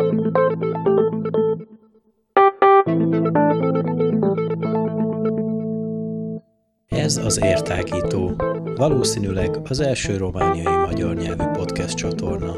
Ez az Értágító, valószínűleg az első romániai magyar nyelvű podcast csatorna.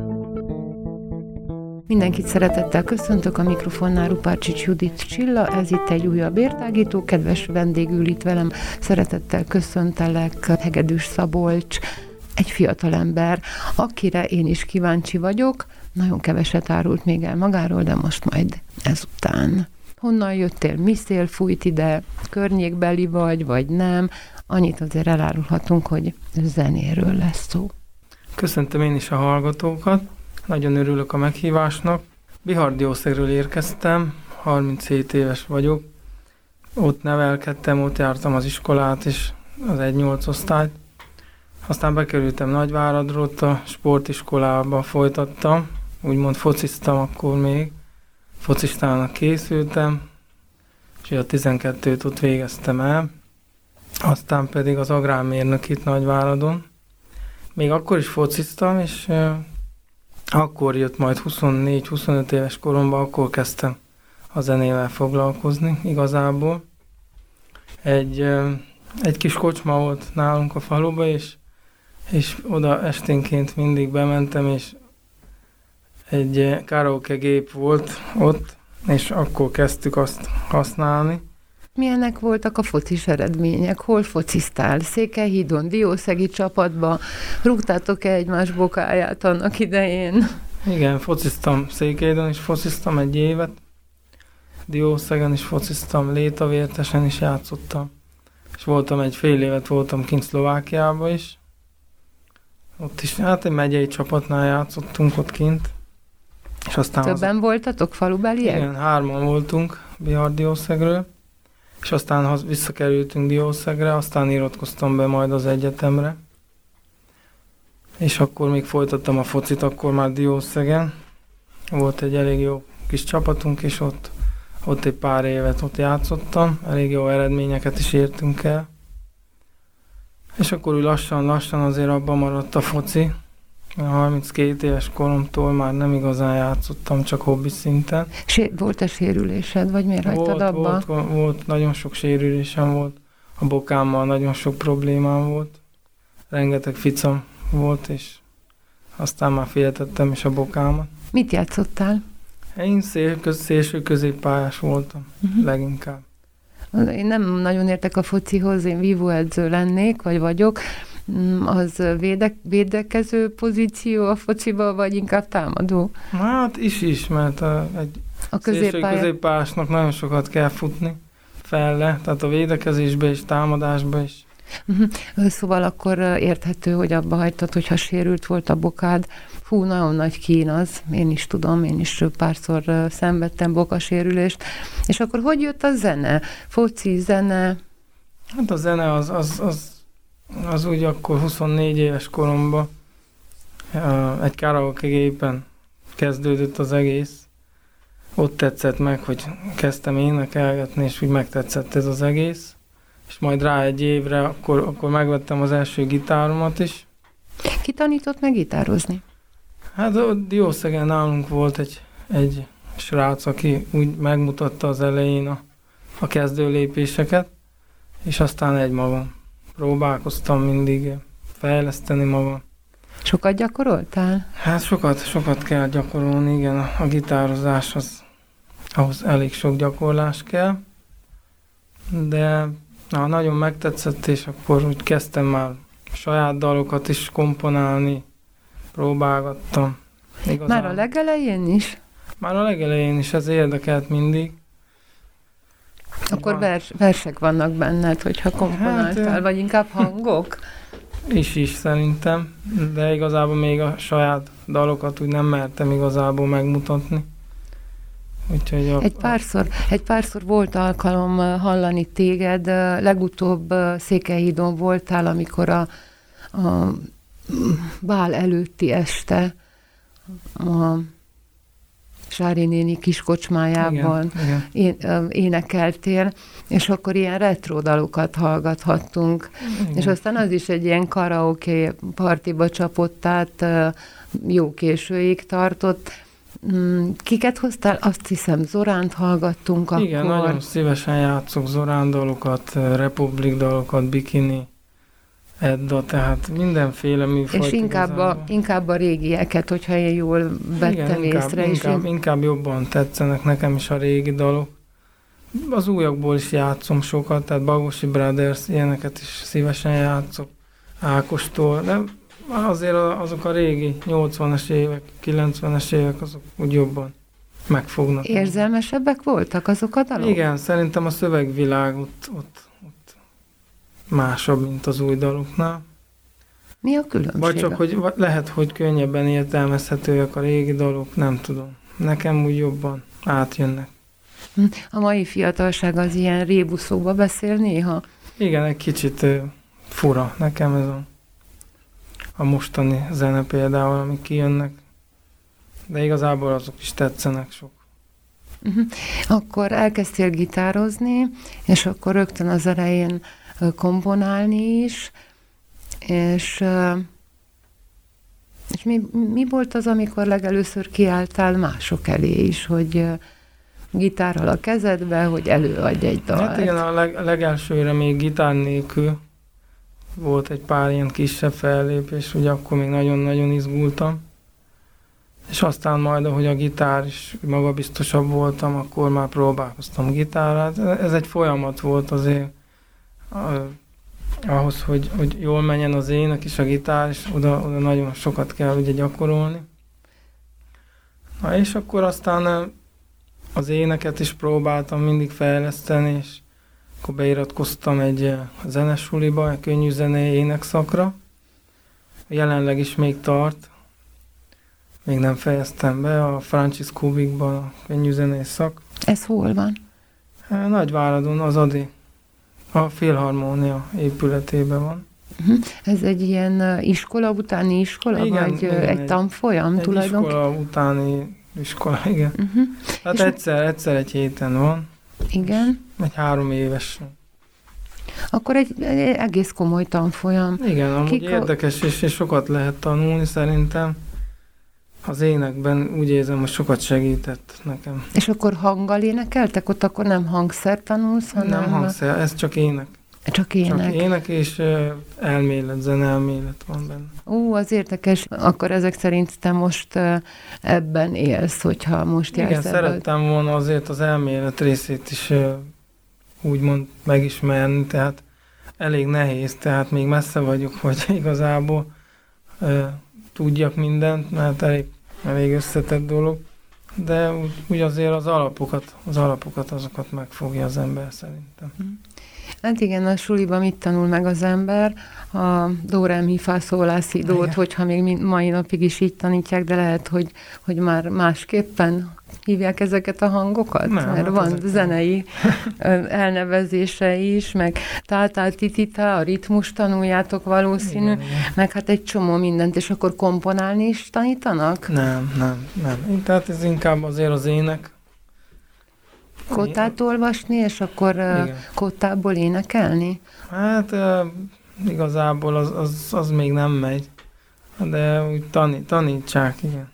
Mindenkit szeretettel köszöntök, a mikrofonnál Rupárcsics Judit Csilla, ez itt egy újabb Értágító, kedves vendég ül itt velem, szeretettel köszöntelek, Hegedűs Szabolcs, egy fiatalember, akire én is kíváncsi vagyok, nagyon keveset árult még el magáról, de most majd ezután. Honnan jöttél, mi szél fújt ide, környékbeli vagy nem, annyit azért elárulhatunk, hogy zenéről lesz szó. Köszöntöm én is a hallgatókat, nagyon örülök a meghívásnak. Bihar-Diószegről érkeztem, 37 éves vagyok, ott nevelkedtem, ott jártam az iskolát és az 1-8 osztályt. Aztán bekerültem Nagyváradra, ott a sportiskolába folytattam, úgymond fociztam akkor még, focistának készültem, és a 12-t ott végeztem el, aztán pedig az agrármérnök itt Nagyváradon. Még akkor is fociztam, és akkor jött majd 24-25 éves koromban, akkor kezdtem a zenével foglalkozni igazából. Egy kis kocsma volt nálunk a faluba, és oda esténként mindig bementem, és egy karaoke gép volt ott, és akkor kezdtük azt használni. Milyenek voltak a focis eredmények? Hol fociztál? Székelyhídon, diószegi csapatba? Rúgtátok-e egymás bokáját annak idején? Igen, fociztam Székelyhídon is, fociztam egy évet. Diószegen is fociztam, Létavértesen is játszottam. És voltam egy fél évet, voltam kint Szlovákiában is. Ott is, hát egy megyei csapatnál játszottunk ott kint. És aztán többen voltatok falubeliek? Igen, 3-an voltunk Bihar-Diószegről, és aztán visszakerültünk Diószegre, aztán iratkoztam be majd az egyetemre, és akkor még folytattam a focit, akkor már Diószegen. Volt egy elég jó kis csapatunk, és ott egy pár évet ott játszottam, elég jó eredményeket is értünk el. És akkor úgy lassan azért abban maradt a foci. 32 éves koromtól már nem igazán játszottam, csak hobbi szinten. Volt-e sérülésed, vagy miért hagytad abba? Volt, nagyon sok sérülésem volt. A bokámmal nagyon sok problémám volt. Rengeteg ficam volt, és aztán már féltettem is a bokámat. Mit játszottál? Én szélső középpályás voltam, leginkább. Én nem nagyon értek a focihoz, én vívóedző lennék, vagy vagyok. Az védekező pozíció a fociba, vagy inkább támadó? Hát is, mert egy szélső középpályásnak nagyon sokat kell futni felle, tehát a védekezésbe és támadásba is. Szóval akkor érthető, hogy abba hagytad, hogyha sérült volt a bokád. Hú, nagyon nagy kín az, én is tudom, én is párszor szenvedtem bokasérülést. És akkor hogy jött a zene? Foci, zene? Hát a zene az úgy akkor 24 éves koromban egy karaoke gépen kezdődött az egész. Ott tetszett meg, hogy kezdtem énekelgetni, és úgy megtetszett ez az egész. És majd rá egy évre akkor megvettem az első gitáromat is. Ki tanított meg gitározni? Hát a Diószegen nálunk volt egy srác, aki úgy megmutatta az elején a kezdő lépéseket, és aztán egymagam próbálkoztam mindig fejleszteni magam. Sokat gyakoroltál? Hát sokat kell gyakorolni, igen. A gitározás ahhoz elég sok gyakorlás kell, de nagyon megtetszett, és akkor úgy kezdtem már saját dalokat is komponálni, próbálgattam. Igazán. Már a legelején is? Már a legelején is, ez érdekelt mindig. Akkor versek vannak benned, hogyha komponáltál, vagy inkább hangok? Is szerintem, de igazából még a saját dalokat úgy nem mertem igazából megmutatni. Úgyhogy egy párszor volt alkalom hallani téged, legutóbb Székelyhídon voltál, amikor a bál előtti este a Sári néni kiskocsmájában énekeltél, és akkor ilyen retro dalokat hallgathattunk. Igen. És aztán az is egy ilyen karaoke partiba csapott át, jó későig tartott. Kiket hoztál? Azt hiszem, Zoránt hallgattunk akkor. Igen, nagyon szívesen játszok Zorán dalokat, Republik dalokat, Bikini, Edda, tehát mindenféle műfajt. És inkább a régieket, hogyha én jól vettem észre. Inkább jobban tetszenek nekem is a régi dalok. Az újakból is játszom sokat, tehát Bagosi Brothers, ilyeneket is szívesen játszok, Ákostól, de azért azok a régi 80-as évek, 90-es évek, azok úgy jobban megfognak. Érzelmesebbek voltak azok a dalok? Igen, szerintem a szövegvilág ott másabb, mint az új daloknál. Mi a különbség? Vagy csak, hogy lehet, hogy könnyebben értelmezhetőek a régi dalok, nem tudom. Nekem úgy jobban átjönnek. A mai fiatalság az ilyen rébuszóba beszél néha? Igen, egy kicsit fura nekem ez a mostani zene például, amik kijönnek. De igazából azok is tetszenek sok. Akkor elkezdtél gitározni, és akkor rögtön az elején komponálni is, és mi volt az, amikor legelőször kiálltál mások elé is, hogy gitárral a kezedbe, hogy előadj egy dalt? Hát igen, a legelsőre még gitár nélkül volt egy pár ilyen kisebb fellépés, ugye akkor még nagyon-nagyon izgultam. És aztán majd, ahogy a gitár is magabiztosabb voltam, akkor már próbálkoztam gitárral. Ez egy folyamat volt azért ahhoz, hogy jól menjen az ének és a gitár, és oda nagyon sokat kell ugye gyakorolni. Na és akkor aztán az éneket is próbáltam mindig fejleszteni, és akkor beiratkoztam egy zenesuliba, egy könnyű zenei énekszakra. Jelenleg is még tart. Még nem fejeztem be, a Francis Kubikban a könnyű zenei szak. Ez hol van? Nagyváradon, az Adi. A Filharmónia épületében van. Ez egy ilyen iskola utáni iskola? Igen, vagy igen, egy tanfolyam tulajdonképpen? Iskola utáni iskola, igen. Tehát egyszer egy héten van. Igen. Egy 3 éves. Akkor egy egész komoly tanfolyam. Igen, amúgy érdekes, és sokat lehet tanulni szerintem. Az énekben úgy érzem, hogy sokat segített nekem. És akkor hanggal énekeltek? Ott akkor nem hangszer tanulsz, hanem... Nem hangszer, ez csak ének. Csak ének. Csak ének és elmélet, zeneelmélet van benne. Az érdekes. Akkor ezek szerint te most ebben élsz, hogyha most jársz. Igen, szerettem volna azért az elmélet részét is úgymond megismerni, tehát elég nehéz, tehát még messze vagyok, hogy igazából tudjak mindent, mert elég összetett dolog, de úgy azért az alapokat azokat megfogja az ember szerintem. Hát igen, a suliban mit tanul meg az ember? A do, re, mi, fa, szol, lá, si, dót, hogyha még mai napig is így tanítják, de lehet, hogy már másképpen hívják ezeket a hangokat? Nem, mert hát van zenei elnevezése is, meg táltál, tititá, a ritmus tanuljátok valószínű, igen. Meg hát egy csomó mindent, és akkor komponálni is tanítanak? Nem. Tehát ez inkább azért az ének. Kottát olvasni, és akkor kottából énekelni? Hát igazából az még nem megy, de úgy tanítsák, igen.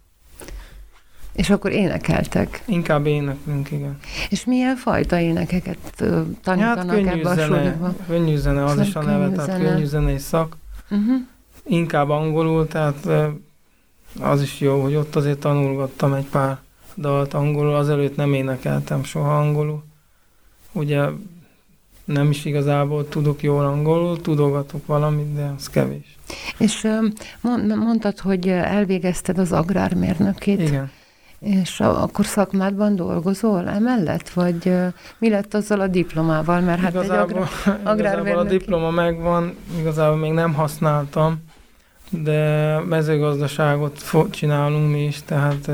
És akkor énekeltek? Inkább éneklünk, igen. És milyen fajta énekeket tanítanak ebbe a suliba? Könnyű zene, az is a neve, tehát könnyű zenei szak. Inkább angolul, tehát az is jó, hogy ott azért tanulgattam egy pár dalt angolul, azelőtt nem énekeltem soha angolul. Ugye nem is igazából tudok jól angolul, tudogatok valamit, de az kevés. És mondtad, hogy elvégezted az agrármérnökét. Igen. És akkor szakmádban dolgozol emellett? Vagy mi lett azzal a diplomával? Mert hát igazából a diploma megvan, igazából még nem használtam, de mezőgazdaságot csinálunk mi is, tehát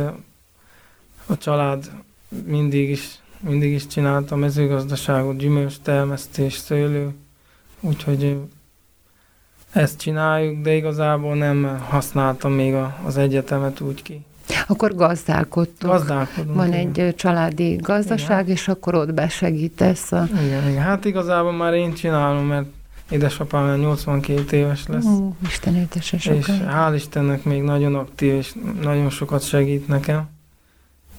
a család mindig is csinálta mezőgazdaságot, gyümölcstermesztés, szőlő, úgyhogy ezt csináljuk, de igazából nem használtam még az egyetemet úgy ki. Akkor gazdálkodtunk. Gazdálkodunk. Van egy családi gazdaság, igen. És akkor ott besegítesz. Igen. Hát igazából már én csinálom, mert édesapám már 82 éves lesz. Isten éltesse sokat. És hál' Istennek még nagyon aktív, és nagyon sokat segít nekem.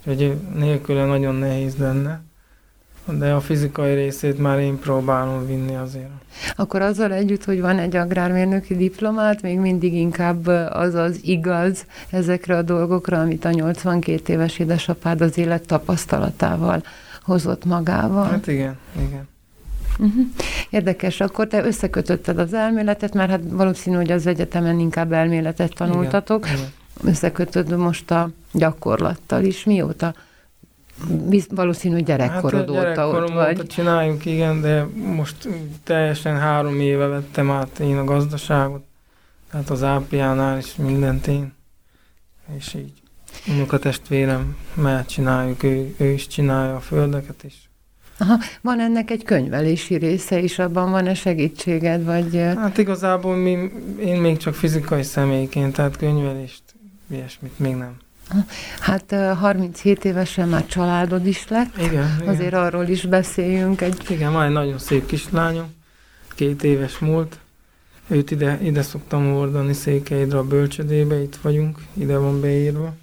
úgyhogy nélküle nagyon nehéz lenne. De a fizikai részét már én próbálom vinni azért. Akkor azzal együtt, hogy van egy agrármérnöki diplomát, még mindig inkább az igaz ezekre a dolgokra, amit a 82 éves édesapád az élet tapasztalatával hozott magával. Hát igen. Érdekes, akkor te összekötötted az elméletet, mert hát valószínű, hogy az egyetemen inkább elméletet tanultatok. Igen. Összekötöd most a gyakorlattal is. Mióta? Valószínű, hogy gyerekkorod óta ott vagy. Óta csináljuk, igen, de most teljesen 3 éve vettem át én a gazdaságot, tehát az APA-nál is mindent én, és így unokatestvéremmel csináljuk, ő is csinálja a földeket is. Aha, van ennek egy könyvelési része is, abban van-e segítséged, vagy... Hát igazából én még csak fizikai személyként, tehát könyvelést, ilyesmit még nem. Hát 37 évesen már családod is lett. Igen. Azért arról is beszéljünk. Igen, már egy nagyon szép kislányom, 2 éves múlt. Őt ide szoktam hordani Székelyidra a bölcsödébe, itt vagyunk, ide van beírva.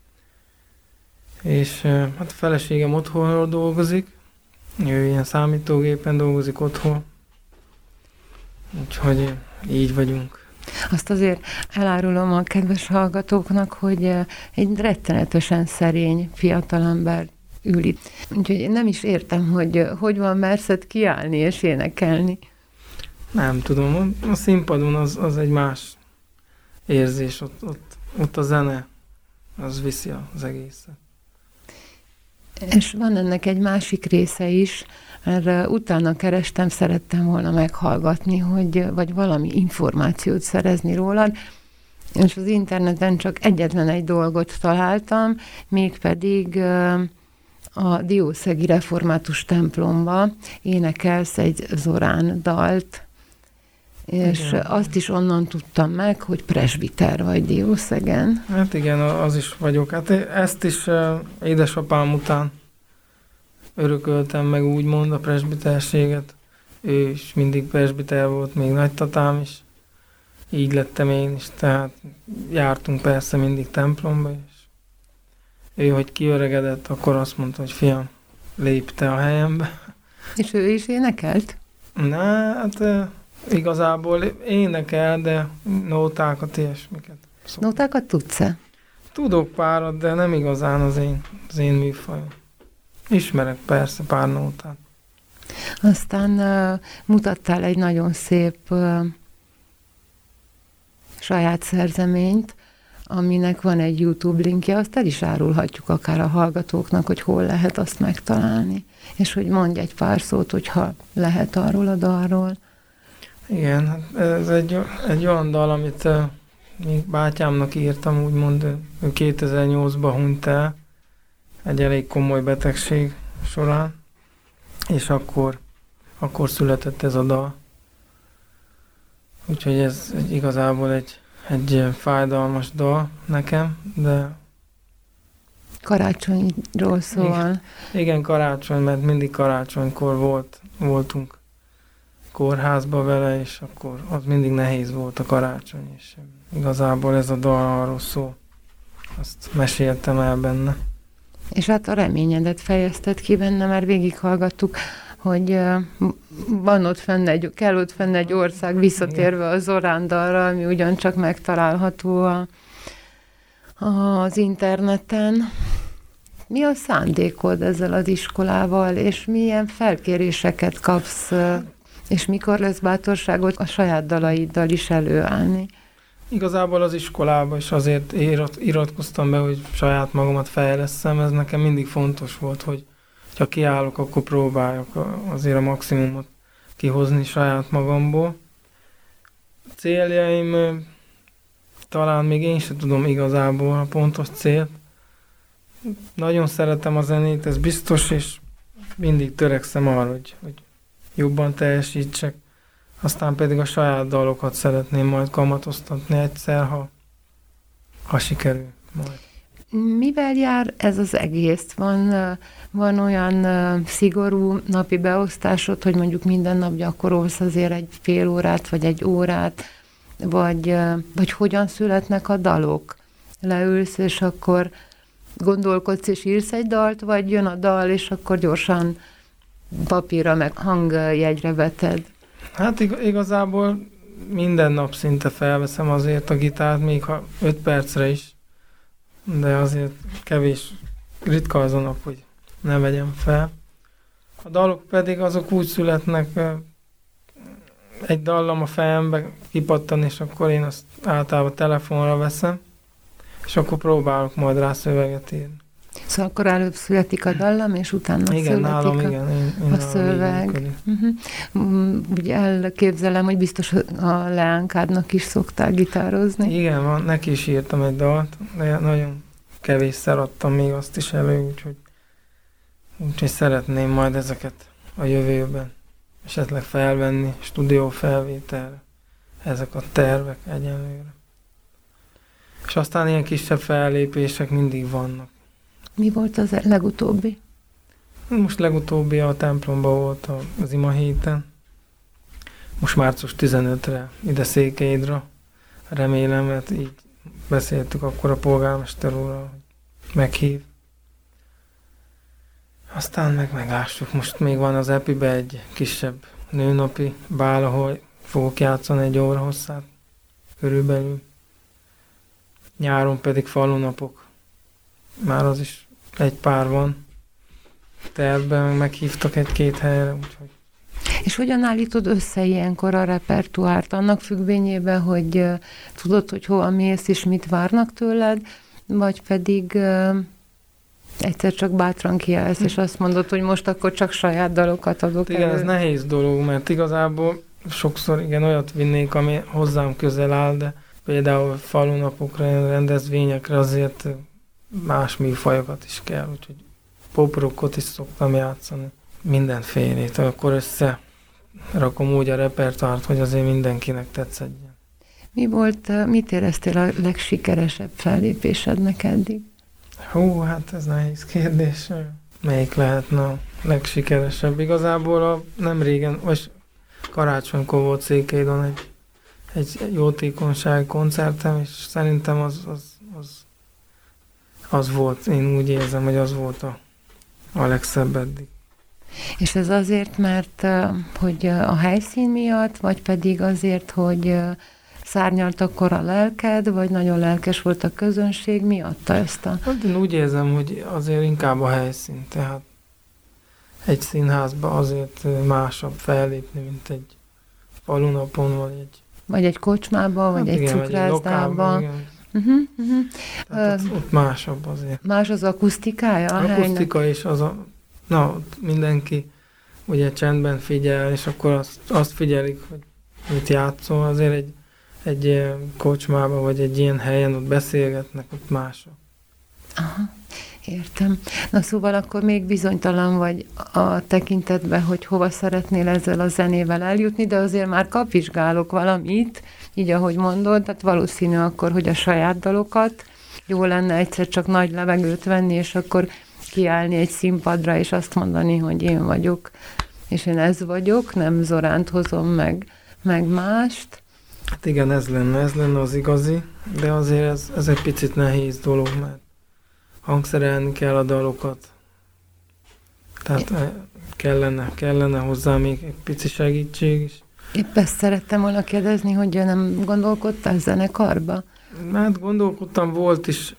És hát a feleségem otthonról dolgozik, ő ilyen számítógépen dolgozik otthon, úgyhogy így vagyunk. Azt azért elárulom a kedves hallgatóknak, hogy egy rettenetesen szerény fiatalember ül itt. Úgyhogy én nem is értem, hogy van merszed kiállni és énekelni. Nem tudom, a színpadon az egy más érzés, ott a zene, az viszi az egészet. És van ennek egy másik része is, mert utána kerestem, szerettem volna meghallgatni, vagy valami információt szerezni rólad, és az interneten csak egyetlen egy dolgot találtam, mégpedig a Diószegi Református templomba énekelsz egy Zorán dalt, és igen. Azt is onnan tudtam meg, hogy presbiter vagy Diószegen. Hát igen, az is vagyok. Hát ezt is édesapám után örököltem meg, úgymond a presbiterséget. Ő is mindig presbiter volt, még nagytatám is. Így lettem én is, tehát jártunk persze mindig templomba, és ő, hogy kiöregedett, akkor azt mondta, hogy fiam, lépj te a helyembe. És ő is énekelt? Hát igazából énekel, de nótákat, ilyesmiket. Nótákat tudsz-e? Tudok párat, de nem igazán az én műfajom. Ismerek persze pár nótát. Aztán mutattál egy nagyon szép saját szerzeményt, aminek van egy YouTube linkje, azt el is árulhatjuk akár a hallgatóknak, hogy hol lehet azt megtalálni. És hogy mondj egy pár szót, hogyha lehet arról a dalról. Igen, ez egy olyan dal, amit még bátyámnak írtam, úgymond ő 2008-ban hunyt el egy elég komoly betegség során, és akkor született ez a dal. Úgyhogy ez igazából egy fájdalmas dal nekem, de... Karácsonyról szól. Igen, karácsony, mert mindig karácsonykor voltunk kórházba vele, és akkor az mindig nehéz volt a karácsony, és igazából ez a dal arról szól. Azt meséltem el benne. És hát a reményedet fejezted ki benne, mert végighallgattuk, hogy kell ott fenn egy ország, visszatérve a Zorán dalra, ami ugyancsak megtalálható az interneten. Mi a szándékod ezzel az iskolával, és milyen felkéréseket kapsz, és mikor lesz bátorságot a saját dalaiddal is előállni? Igazából az iskolába is azért iratkoztam be, hogy saját magamat fejlesszem. Ez nekem mindig fontos volt, hogy ha kiállok, akkor próbáljak azért a maximumot kihozni saját magamból. A céljaim talán még én sem tudom igazából a pontos célt. Nagyon szeretem a zenét, ez biztos, és mindig törekszem arra, hogy jobban teljesítsek. Aztán pedig a saját dalokat szeretném majd kamatoztatni egyszer, ha sikerül majd. Mivel jár ez az egész? Van olyan szigorú napi beosztásod, hogy mondjuk minden nap gyakorolsz azért egy fél órát, vagy egy órát, vagy hogyan születnek a dalok? Leülsz, és akkor gondolkodsz és írsz egy dalt, vagy jön a dal, és akkor gyorsan papírra meg hangjegyre veted? Hát igazából minden nap szinte felveszem azért a gitárt, még ha 5 percre is, de azért kevés, ritka az a nap, hogy ne vegyem fel. A dalok pedig azok úgy születnek, egy dallam a fejembe kipattan, és akkor én azt általában telefonra veszem, és akkor próbálok majd rá szöveget írni. Szóval akkor előbb születik a dallam, és utána igen, születik nálam, igen, én a szöveg. Ugye elképzelem, hogy biztos a leánkádnak is szoktál gitározni. Igen, van, neki is írtam egy dalt, de nagyon kevésszer adtam még azt is elő, úgyhogy szeretném majd ezeket a jövőben esetleg felvenni, stúdiófelvételre. Ezek a tervek egyenlőre. És aztán ilyen kisebb fellépések mindig vannak. Mi volt az legutóbbi? Most legutóbbi a templomban volt az ima héten. Most március 15-re ide Székelyhídra. Remélem, mert így beszéltük akkor a polgármester úrral, hogy meghív. Aztán meglássuk. Most még van az Epibe egy kisebb nőnapi bál, ahol fogok játszani 1 óra hosszát körülbelül. Nyáron pedig falunapok. Már az is egy pár van tervben, meghívtak 1-2 helyre, úgyhogy. És hogyan állítod össze ilyenkor a repertoárt? Annak függvényében, hogy tudod, hogy hova mész és mit várnak tőled, vagy pedig egyszer csak bátran kiállsz, és azt mondod, hogy most akkor csak saját dalokat adok igen, elő. ez nehéz dolog, mert igazából sokszor igen olyat vinnék, ami hozzám közel áll, de például falunapokra, rendezvényekre azért más műfajokat is kell, úgyhogy poprockot is szoktam játszani. Mindenfélét, akkor összerakom úgy a repertoárt, hogy azért mindenkinek tetszedjen. Mit éreztél a legsikeresebb fellépésednek eddig? Hú, hát ez nehéz kérdés. Melyik lehetne a legsikeresebb? Igazából nem régen, vagy karácsonykor volt Székelyhídon egy jótékonyság koncertem, és szerintem az volt, én úgy érzem, hogy az volt a legszebb eddig. És ez azért, mert hogy a helyszín miatt, vagy pedig azért, hogy szárnyalt akkor a lelked, vagy nagyon lelkes volt a közönség, mi adta ezt a... Hát én úgy érzem, hogy azért inkább a helyszín, tehát egy színházban azért másabb fellépni, mint egy falunapon, vagy egy kocsmában, vagy egy cukrászdában. Tehát ott másabb azért. Más az akusztikája a helynek? Akusztika is az mindenki ugye csendben figyel, és akkor azt figyelik, hogy mit játszol. Azért egy kocsmában, vagy egy ilyen helyen ott beszélgetnek, ott másabb. Aha, értem. Na szóval akkor még bizonytalan vagy a tekintetben, hogy hova szeretnél ezzel a zenével eljutni, de azért már kapizsgálok valamit, így ahogy mondod, tehát valószínű akkor, hogy a saját dalokat jó lenne egyszer csak nagy levegőt venni, és akkor kiállni egy színpadra, és azt mondani, hogy én vagyok, és én ez vagyok, nem Zoránt hozom meg mást. Hát igen, ez lenne az igazi, de azért ez egy picit nehéz dolog, mert hangszerelni kell a dalokat. Tehát kellene hozzá még egy pici segítség is. Épp ezt szerettem volna kérdezni, hogy nem gondolkodtál zenekarba? Hát gondolkodtam, volt is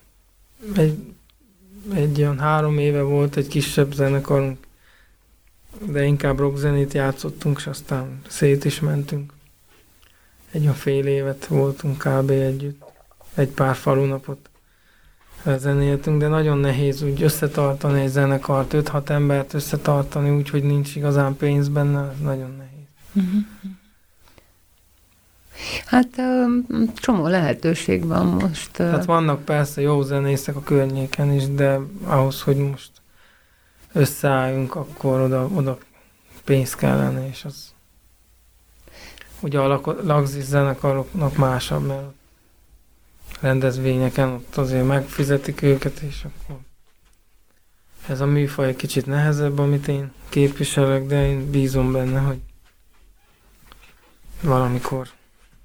egy olyan 3 éve volt egy kisebb zenekarunk, de inkább rockzenét játszottunk, és aztán szét is mentünk. Egy olyan fél évet voltunk kb. Együtt, egy pár falunapot zenéltünk, de nagyon nehéz úgy összetartani egy zenekart, 5-6 embert összetartani úgy, hogy nincs igazán pénz benne, ez nagyon nehéz. Uh-huh. Hát csomó lehetőség van most. Tehát vannak persze jó zenészek a környéken is, de ahhoz, hogy most összeálljunk, akkor oda pénz kellene, és az ugye a lagzis zenekaroknak másabb, mert rendezvényeken ott azért megfizetik őket, és akkor ez a műfaj egy kicsit nehezebb, amit én képviselek, de én bízom benne, hogy valamikor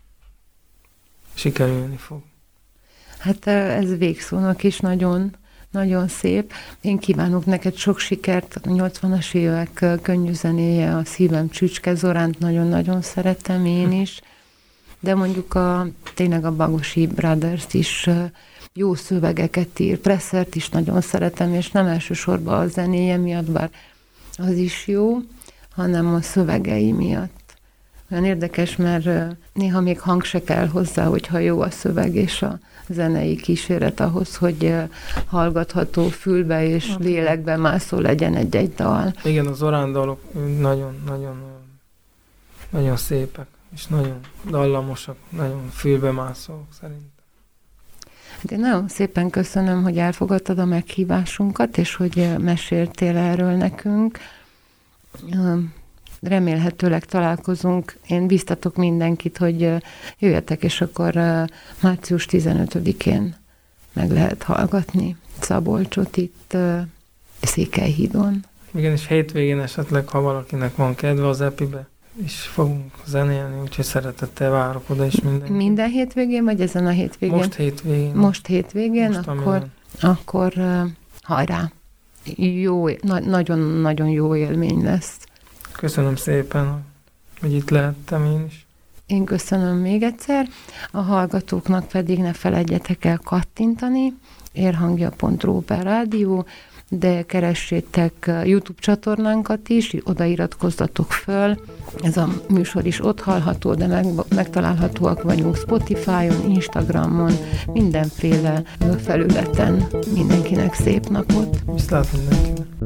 sikerülni fog. Hát ez végszónak is nagyon nagyon szép. Én kívánok neked sok sikert, a 80-as évek könnyű zenéje, a szívem csücske, Zoránt nagyon-nagyon szeretem én is, de mondjuk tényleg a Bagosi Brothers is jó szövegeket ír, Pressert is nagyon szeretem, és nem elsősorban a zenéje miatt, bár az is jó, hanem a szövegei miatt. Olyan érdekes, mert néha még hang se kell hozzá, hogyha jó a szöveg és a zenei kíséret ahhoz, hogy hallgatható fülbe és lélekbe mászó legyen egy-egy dal. Igen, az Zorán dalok nagyon szépek, és nagyon dallamosak, nagyon fülbe mászók szerintem. De nagyon szépen köszönöm, hogy elfogadtad a meghívásunkat, és hogy meséltél erről nekünk. Remélhetőleg találkozunk. Én biztatok mindenkit, hogy jöjjetek, és akkor március 15-én meg lehet hallgatni Szabolcsot itt Székelyhídon. Igen, és hétvégén esetleg, ha valakinek van kedve az Epibe, és fogunk zenélni, úgyhogy szeretettel várok oda is mindenki. Minden hétvégén, vagy ezen a hétvégén? Most hétvégén, akkor hajrá! Nagyon-nagyon jó élmény lesz. Köszönöm szépen, hogy itt lehettem én is. Én köszönöm még egyszer. A hallgatóknak pedig ne feledjetek el kattintani, érhangja.ru per rádió, de keressétek YouTube csatornánkat is, oda iratkozzatok föl. Ez a műsor is ott hallható, de megtalálhatóak vagyunk Spotify-on, Instagramon, mindenféle felületen. Mindenkinek szép napot! Viszlát mindenkinek!